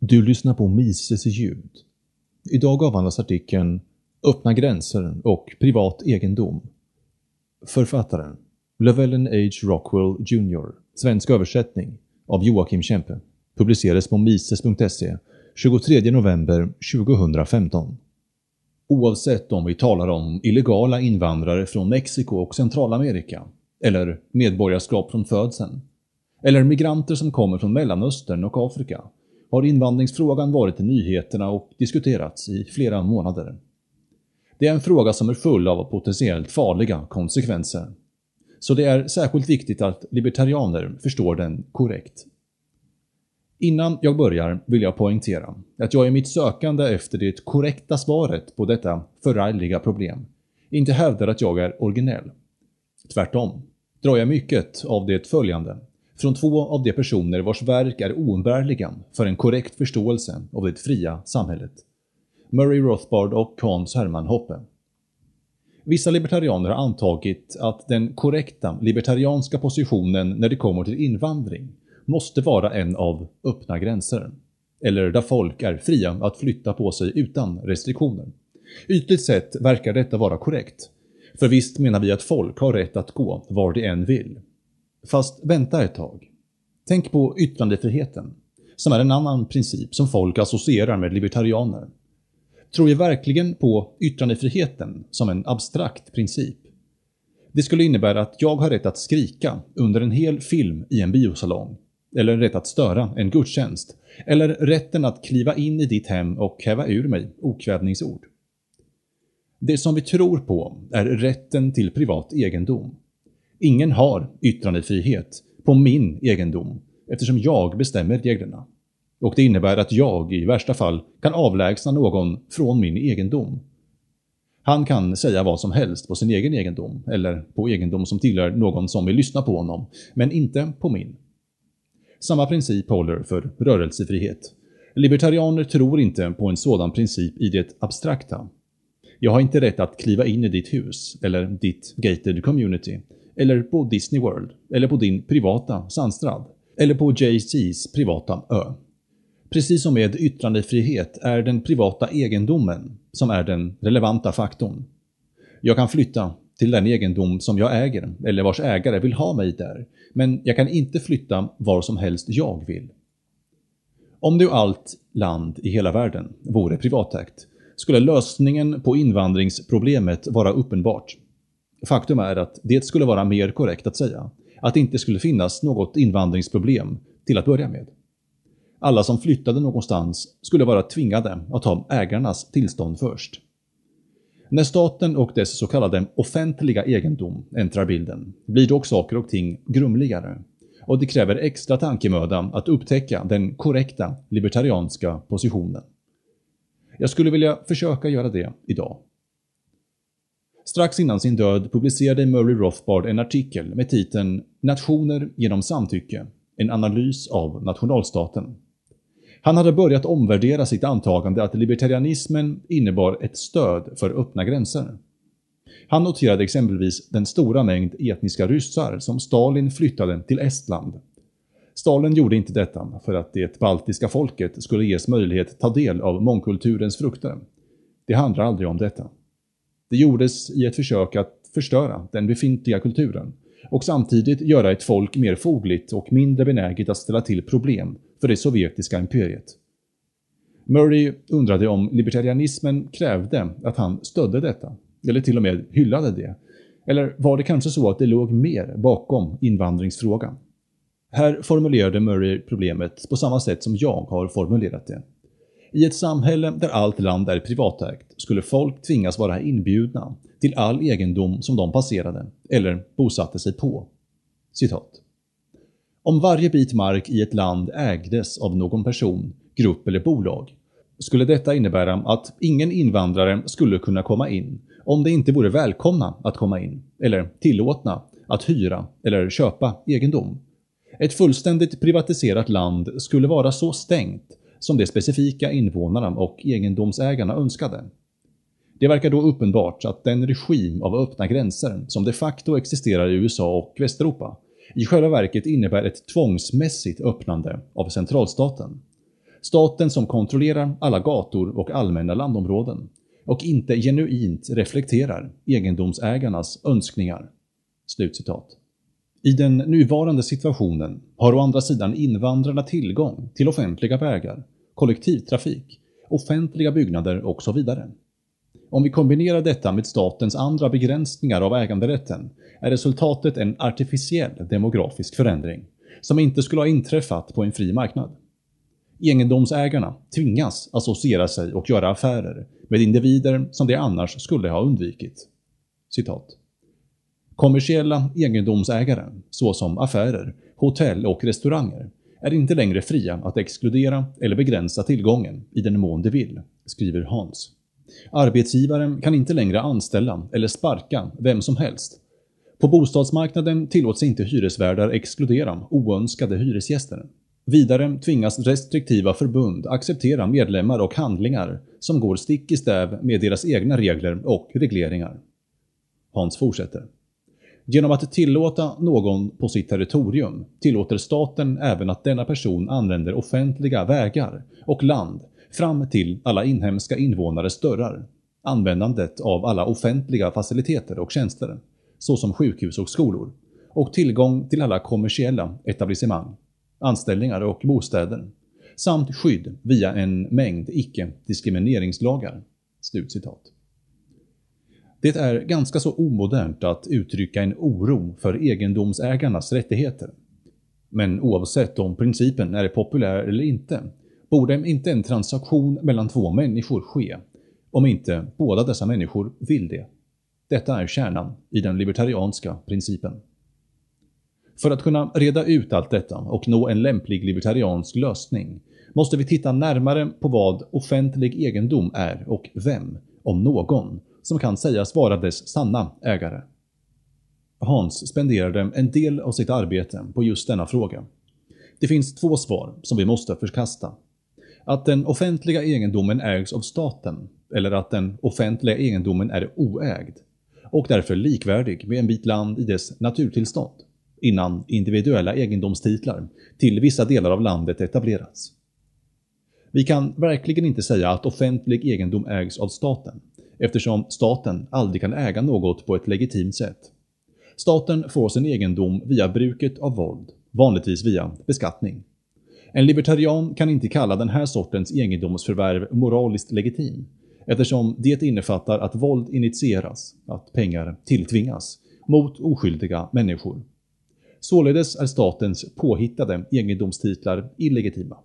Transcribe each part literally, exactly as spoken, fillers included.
Du lyssnar på Mises ljud. Idag avhandlas artikeln Öppna gränser och privat egendom. Författaren Llewellyn H. Rockwell junior Svensk översättning av Joakim Kempe. Publiceras på mises punkt se tjugotredje november tjugohundrafemton. Oavsett om vi talar om illegala invandrare från Mexiko och Centralamerika, eller medborgarskap från födseln, eller migranter som kommer från Mellanöstern och Afrika, har invandringsfrågan varit i nyheterna och diskuterats i flera månader. Det är en fråga som är full av potentiellt farliga konsekvenser. Så det är särskilt viktigt att libertarianer förstår den korrekt. Innan jag börjar vill jag poängtera att jag i mitt sökande efter det korrekta svaret på detta förargliga problem inte hävdar att jag är originell. Tvärtom drar jag mycket av det följande från två av de personer vars verk är oumbärliga för en korrekt förståelse av det fria samhället. Murray Rothbard och Hans Hermann Hoppe. Vissa libertarianer har antagit att den korrekta libertarianska positionen när det kommer till invandring måste vara en av öppna gränser, eller där folk är fria att flytta på sig utan restriktioner. Ytligt sett verkar detta vara korrekt, för visst menar vi att folk har rätt att gå var de än vill. Fast vänta ett tag. Tänk på yttrandefriheten, som är en annan princip som folk associerar med libertarianer. Tror jag verkligen på yttrandefriheten som en abstrakt princip? Det skulle innebära att jag har rätt att skrika under en hel film i en biosalong, eller rätt att störa en gudstjänst, eller rätten att kliva in i ditt hem och häva ur mig okvädningsord. Det som vi tror på är rätten till privat egendom. Ingen har yttrandefrihet på min egendom eftersom jag bestämmer reglerna. Och det innebär att jag i värsta fall kan avlägsna någon från min egendom. Han kan säga vad som helst på sin egen egendom eller på egendom som tillhör någon som vill lyssna på honom, men inte på min. Samma princip håller för rörelsefrihet. Libertarianer tror inte på en sådan princip i det abstrakta. Jag har inte rätt att kliva in i ditt hus eller ditt gated community eller på Disney World eller på din privata sandstrand eller på Jay-Z's privata ö. Precis som med yttrandefrihet är den privata egendomen som är den relevanta faktorn. Jag kan flytta till den egendom som jag äger eller vars ägare vill ha mig där, men jag kan inte flytta var som helst jag vill. Om nu allt land i hela världen vore privatägt skulle lösningen på invandringsproblemet vara uppenbart. Faktum är att det skulle vara mer korrekt att säga att det inte skulle finnas något invandringsproblem till att börja med. Alla som flyttade någonstans skulle vara tvingade att ha ägarnas tillstånd först. När staten och dess så kallade offentliga egendom äntrar bilden blir dock saker och ting grumligare, och det kräver extra tankemöda att upptäcka den korrekta libertarianska positionen. Jag skulle vilja försöka göra det idag. Strax innan sin död publicerade Murray Rothbard en artikel med titeln Nationer genom samtycke, en analys av nationalstaten. Han hade börjat omvärdera sitt antagande att libertarianismen innebar ett stöd för öppna gränser. Han noterade exempelvis den stora mängd etniska ryssar som Stalin flyttade till Estland. Stalin gjorde inte detta för att det baltiska folket skulle ges möjlighet att ta del av mångkulturens frukter. Det handlar aldrig om detta. Det gjordes i ett försök att förstöra den befintliga kulturen och samtidigt göra ett folk mer fogligt och mindre benäget att ställa till problem för det sovjetiska imperiet. Murray undrade om libertarianismen krävde att han stödde detta, eller till och med hyllade det, eller var det kanske så att det låg mer bakom invandringsfrågan? Här formulerade Murray problemet på samma sätt som jag har formulerat det. I ett samhälle där allt land är privatägt skulle folk tvingas vara inbjudna till all egendom som de passerade eller bosatte sig på. Citat. Om varje bit mark i ett land ägdes av någon person, grupp eller bolag skulle detta innebära att ingen invandrare skulle kunna komma in om de inte vore välkomna att komma in eller tillåtna att hyra eller köpa egendom. Ett fullständigt privatiserat land skulle vara så stängt som de specifika invånarna och egendomsägarna önskade. Det verkar då uppenbart att den regim av öppna gränser som de facto existerar i U S A och Västeuropa i själva verket innebär ett tvångsmässigt öppnande av centralstaten. Staten som kontrollerar alla gator och allmänna landområden och inte genuint reflekterar egendomsägarnas önskningar." Slutcitat. I den nuvarande situationen har å andra sidan invandrarna tillgång till offentliga vägar, kollektivtrafik, offentliga byggnader och så vidare. Om vi kombinerar detta med statens andra begränsningar av äganderätten är resultatet en artificiell demografisk förändring som inte skulle ha inträffat på en fri marknad. Egendomsägarna tvingas associera sig och göra affärer med individer som de annars skulle ha undvikit. Citat. "Kommersiella egendomsägare, såsom affärer, hotell och restauranger, är inte längre fria att exkludera eller begränsa tillgången i den mån de vill", skriver Hans. "Arbetsgivaren kan inte längre anställa eller sparka vem som helst. På bostadsmarknaden tillåts inte hyresvärdar exkludera oönskade hyresgäster. Vidare tvingas restriktiva förbund acceptera medlemmar och handlingar som går stick i stäv med deras egna regler och regleringar." Hans fortsätter. "Genom att tillåta någon på sitt territorium tillåter staten även att denna person använder offentliga vägar och land fram till alla inhemska invånares dörrar, användandet av alla offentliga faciliteter och tjänster, såsom sjukhus och skolor, och tillgång till alla kommersiella etablissemang, anställningar och bostäder, samt skydd via en mängd icke-diskrimineringslagar." Slutcitat. Det är ganska så omodernt att uttrycka en oro för egendomsägarnas rättigheter. Men oavsett om principen är populär eller inte, borde inte en transaktion mellan två människor ske, om inte båda dessa människor vill det. Detta är kärnan i den libertarianska principen. För att kunna reda ut allt detta och nå en lämplig libertariansk lösning måste vi titta närmare på vad offentlig egendom är och vem, om någon, som kan sägas vara dess sanna ägare. Hans spenderade en del av sitt arbete på just denna fråga. Det finns två svar som vi måste förkasta. Att den offentliga egendomen ägs av staten eller att den offentliga egendomen är oägd och därför likvärdig med en bit land i dess naturtillstånd innan individuella egendomstitlar till vissa delar av landet etablerats. Vi kan verkligen inte säga att offentlig egendom ägs av staten, eftersom staten aldrig kan äga något på ett legitimt sätt. Staten får sin egendom via bruket av våld, vanligtvis via beskattning. En libertarian kan inte kalla den här sortens egendomsförvärv moraliskt legitim, eftersom det innefattar att våld initieras, att pengar tilltvingas, mot oskyldiga människor. Således är statens påhittade egendomstitlar illegitima.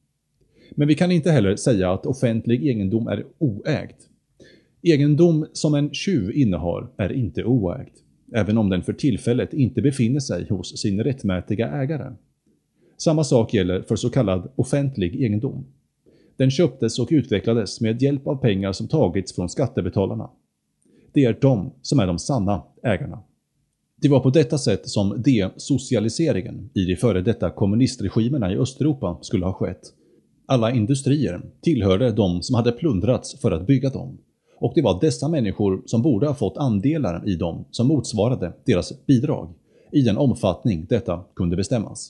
Men vi kan inte heller säga att offentlig egendom är oägd. Egendom som en tjuv innehar är inte oägd, även om den för tillfället inte befinner sig hos sin rättmätiga ägare. Samma sak gäller för så kallad offentlig egendom. Den köptes och utvecklades med hjälp av pengar som tagits från skattebetalarna. Det är de som är de sanna ägarna. Det var på detta sätt som desocialiseringen i de före detta kommunistregimerna i Östeuropa skulle ha skett. Alla industrier tillhörde de som hade plundrats för att bygga dem. Och det var dessa människor som borde ha fått andelar i dem som motsvarade deras bidrag, i den omfattning detta kunde bestämmas.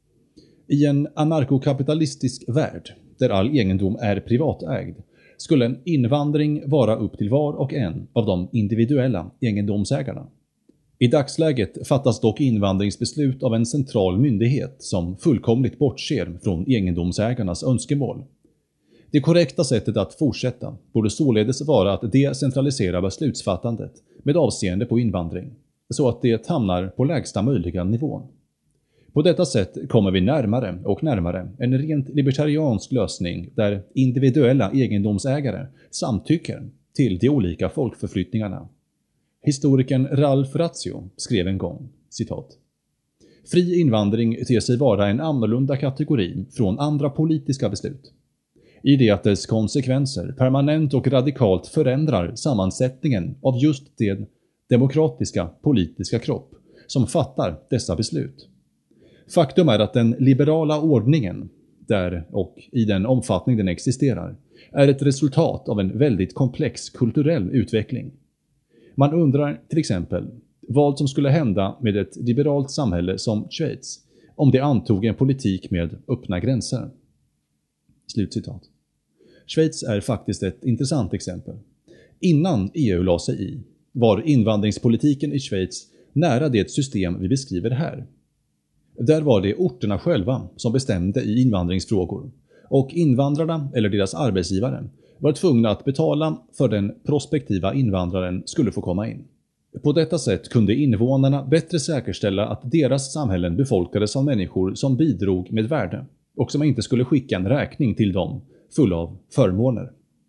I en anarkokapitalistisk värld, där all egendom är privatägd, skulle en invandring vara upp till var och en av de individuella egendomsägarna. I dagsläget fattas dock invandringsbeslut av en central myndighet som fullkomligt bortser från egendomsägarnas önskemål. Det korrekta sättet att fortsätta borde således vara att decentralisera beslutsfattandet med avseende på invandring, så att det hamnar på lägsta möjliga nivån. På detta sätt kommer vi närmare och närmare en rent libertariansk lösning där individuella egendomsägare samtycker till de olika folkförflyttningarna. Historikern Ralph Ratio skrev en gång, citat: "Fri invandring ter sig vara en annorlunda kategori från andra politiska beslut, i det att dess konsekvenser permanent och radikalt förändrar sammansättningen av just den demokratiska politiska kropp som fattar dessa beslut. Faktum är att den liberala ordningen, där och i den omfattning den existerar, är ett resultat av en väldigt komplex kulturell utveckling. Man undrar till exempel vad som skulle hända med ett liberalt samhälle som Schweiz om det antog en politik med öppna gränser. Slutcitat. Schweiz är faktiskt ett intressant exempel. Innan E U la sig i var invandringspolitiken i Schweiz nära det system vi beskriver här. Där var det orterna själva som bestämde i invandringsfrågor och invandrarna eller deras arbetsgivare var tvungna att betala för den prospektiva invandraren skulle få komma in. På detta sätt kunde invånarna bättre säkerställa att deras samhällen befolkades av människor som bidrog med värde och som inte skulle skicka en räkning till dem full av förmåner.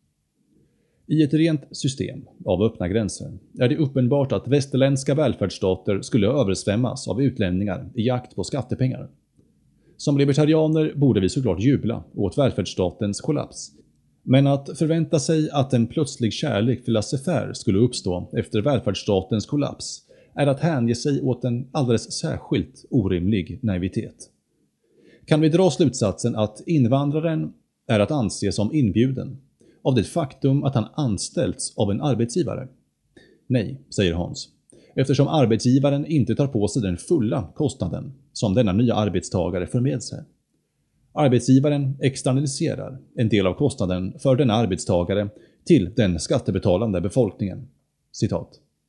I ett rent system av öppna gränser är det uppenbart att västerländska välfärdsstater skulle översvämmas av utlänningar i jakt på skattepengar. Som libertarianer borde vi såklart jubla åt välfärdsstatens kollaps. Men att förvänta sig att en plötslig kärlek till laissez-faire skulle uppstå efter välfärdsstatens kollaps är att hänge sig åt en alldeles särskilt orimlig naivitet. Kan vi dra slutsatsen att invandraren är att anse som inbjuden av det faktum att han anställts av en arbetsgivare? Nej, säger Hans, eftersom arbetsgivaren inte tar på sig den fulla kostnaden som denna nya arbetstagare för med sig. Arbetsgivaren externaliserar en del av kostnaden för denna arbetstagare till den skattebetalande befolkningen. Citat.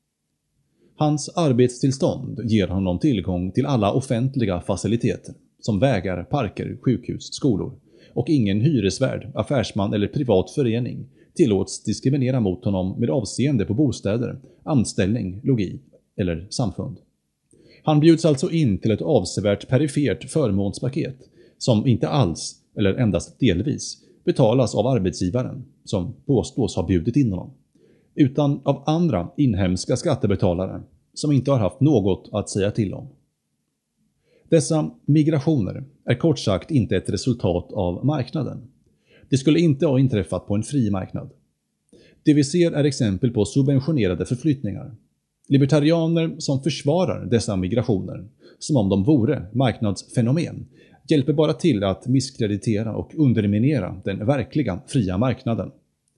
Hans arbetstillstånd ger honom tillgång till alla offentliga faciliteter som vägar, parker, sjukhus, skolor och ingen hyresvärd, affärsman eller privat förening tillåts diskriminera mot honom med avseende på bostäder, anställning, logi eller samfund. Han bjuds alltså in till ett avsevärt perifert förmånspaket som inte alls, eller endast delvis, betalas av arbetsgivaren som påstås ha bjudit in honom, utan av andra inhemska skattebetalare som inte har haft något att säga till om. Dessa migrationer är kort sagt inte ett resultat av marknaden. Det skulle inte ha inträffat på en fri marknad. Det vi ser är exempel på subventionerade förflyttningar. Libertarianer som försvarar dessa migrationer som om de vore marknadsfenomen hjälper bara till att misskreditera och underminera den verkliga fria marknaden.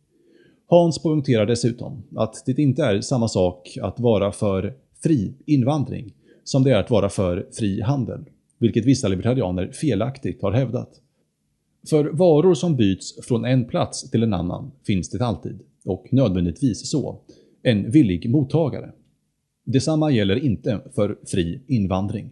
Hans poängterar dessutom att det inte är samma sak att vara för fri invandring som det är att vara för fri handel, vilket vissa libertarianer felaktigt har hävdat. För varor som byts från en plats till en annan finns det alltid, och nödvändigtvis så, en villig mottagare. Detsamma gäller inte för fri invandring.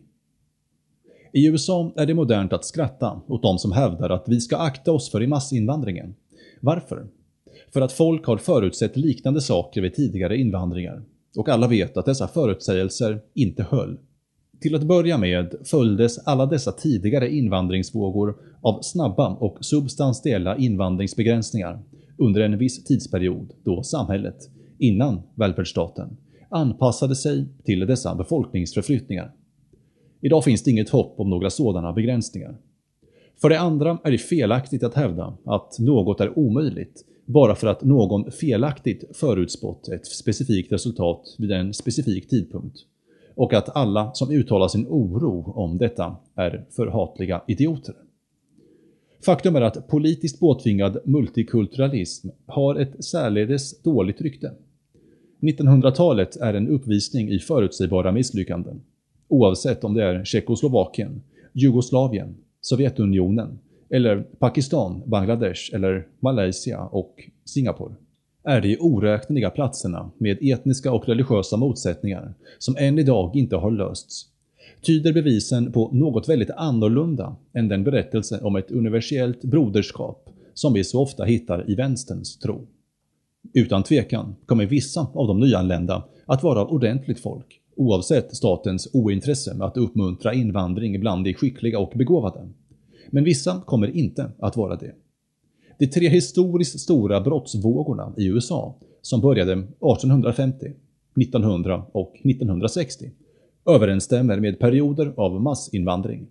I U S A är det modernt att skratta åt de som hävdar att vi ska akta oss för i massinvandringen. Varför? För att folk har förutsett liknande saker vid tidigare invandringar, och alla vet att dessa förutsägelser inte höll. Till att börja med följdes alla dessa tidigare invandringsvågor av snabba och substantiella invandringsbegränsningar under en viss tidsperiod då samhället, innan välfärdsstaten, anpassade sig till dessa befolkningsförflyttningar. Idag finns det inget hopp om några sådana begränsningar. För det andra är det felaktigt att hävda att något är omöjligt bara för att någon felaktigt förutspått ett specifikt resultat vid en specifik tidpunkt, och att alla som uttalar sin oro om detta är förhatliga idioter. Faktum är att politiskt påtvingad multikulturalism har ett särledes dåligt rykte. nittonhundratalet är en uppvisning i förutsägbara misslyckanden, oavsett om det är Tjeckoslovakien, Jugoslavien, Sovjetunionen eller Pakistan, Bangladesh eller Malaysia och Singapore. Är de oräkneliga platserna med etniska och religiösa motsättningar som än idag inte har lösts, tyder bevisen på något väldigt annorlunda än den berättelse om ett universellt broderskap som vi så ofta hittar i vänsterns tro. Utan tvekan kommer vissa av de nyanlända att vara ordentligt folk, oavsett statens ointresse med att uppmuntra invandring bland de skickliga och begåvade. Men vissa kommer inte att vara det. De tre historiskt stora brottsvågorna i U S A som började artonhundrafemtio, nittonhundra och nittonhundrasextio överensstämmer med perioder av massinvandring.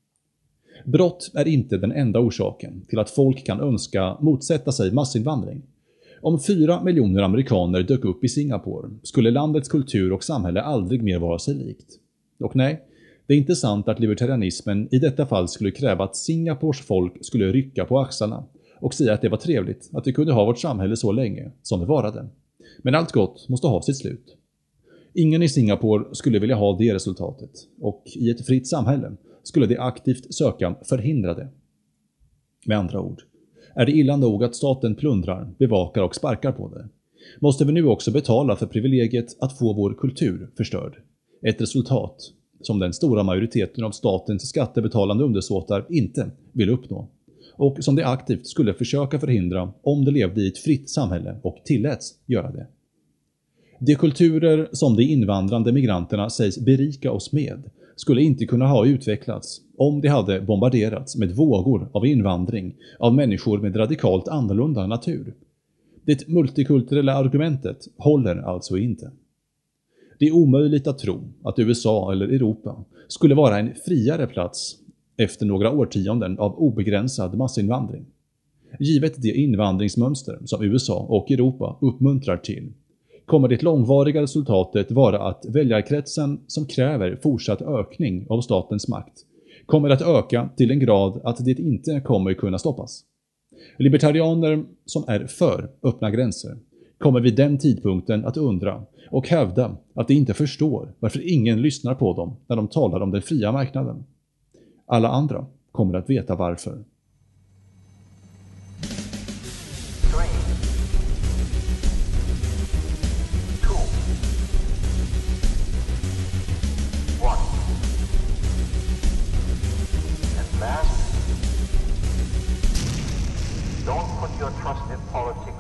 Brott är inte den enda orsaken till att folk kan önska motsätta sig massinvandring. Om fyra miljoner amerikaner dök upp i Singapore skulle landets kultur och samhälle aldrig mer vara sig likt. Och nej, det är inte sant att libertarianismen i detta fall skulle kräva att Singapores folk skulle rycka på axlarna och säga att det var trevligt att vi kunde ha vårt samhälle så länge som det varade. Men allt gott måste ha sitt slut. Ingen i Singapore skulle vilja ha det resultatet, och i ett fritt samhälle skulle det aktivt söka förhindra det. Med andra ord, Är det illa nog att staten plundrar, bevakar och sparkar på det? Måste vi nu också betala för privilegiet att få vår kultur förstörd? Ett resultat som den stora majoriteten av statens skattebetalande undersåtar inte vill uppnå. Och som det aktivt skulle försöka förhindra om det levde i ett fritt samhälle och tilläts göra det. De kulturer som de invandrande migranterna sägs berika oss med skulle inte kunna ha utvecklats om de hade bombarderats med vågor av invandring av människor med radikalt annorlunda natur. Det multikulturella argumentet håller alltså inte. Det är omöjligt att tro att U S A eller Europa skulle vara en friare plats efter några årtionden av obegränsad massinvandring. Givet det invandringsmönster som U S A och Europa uppmuntrar till, kommer det långvariga resultatet vara att väljarkretsen som kräver fortsatt ökning av statens makt kommer att öka till en grad att det inte kommer kunna stoppas. Libertarianer som är för öppna gränser kommer vid den tidpunkten att undra och hävda att de inte förstår varför ingen lyssnar på dem när de talar om den fria marknaden. Alla andra kommer att veta varför. Don't put your trust in politics.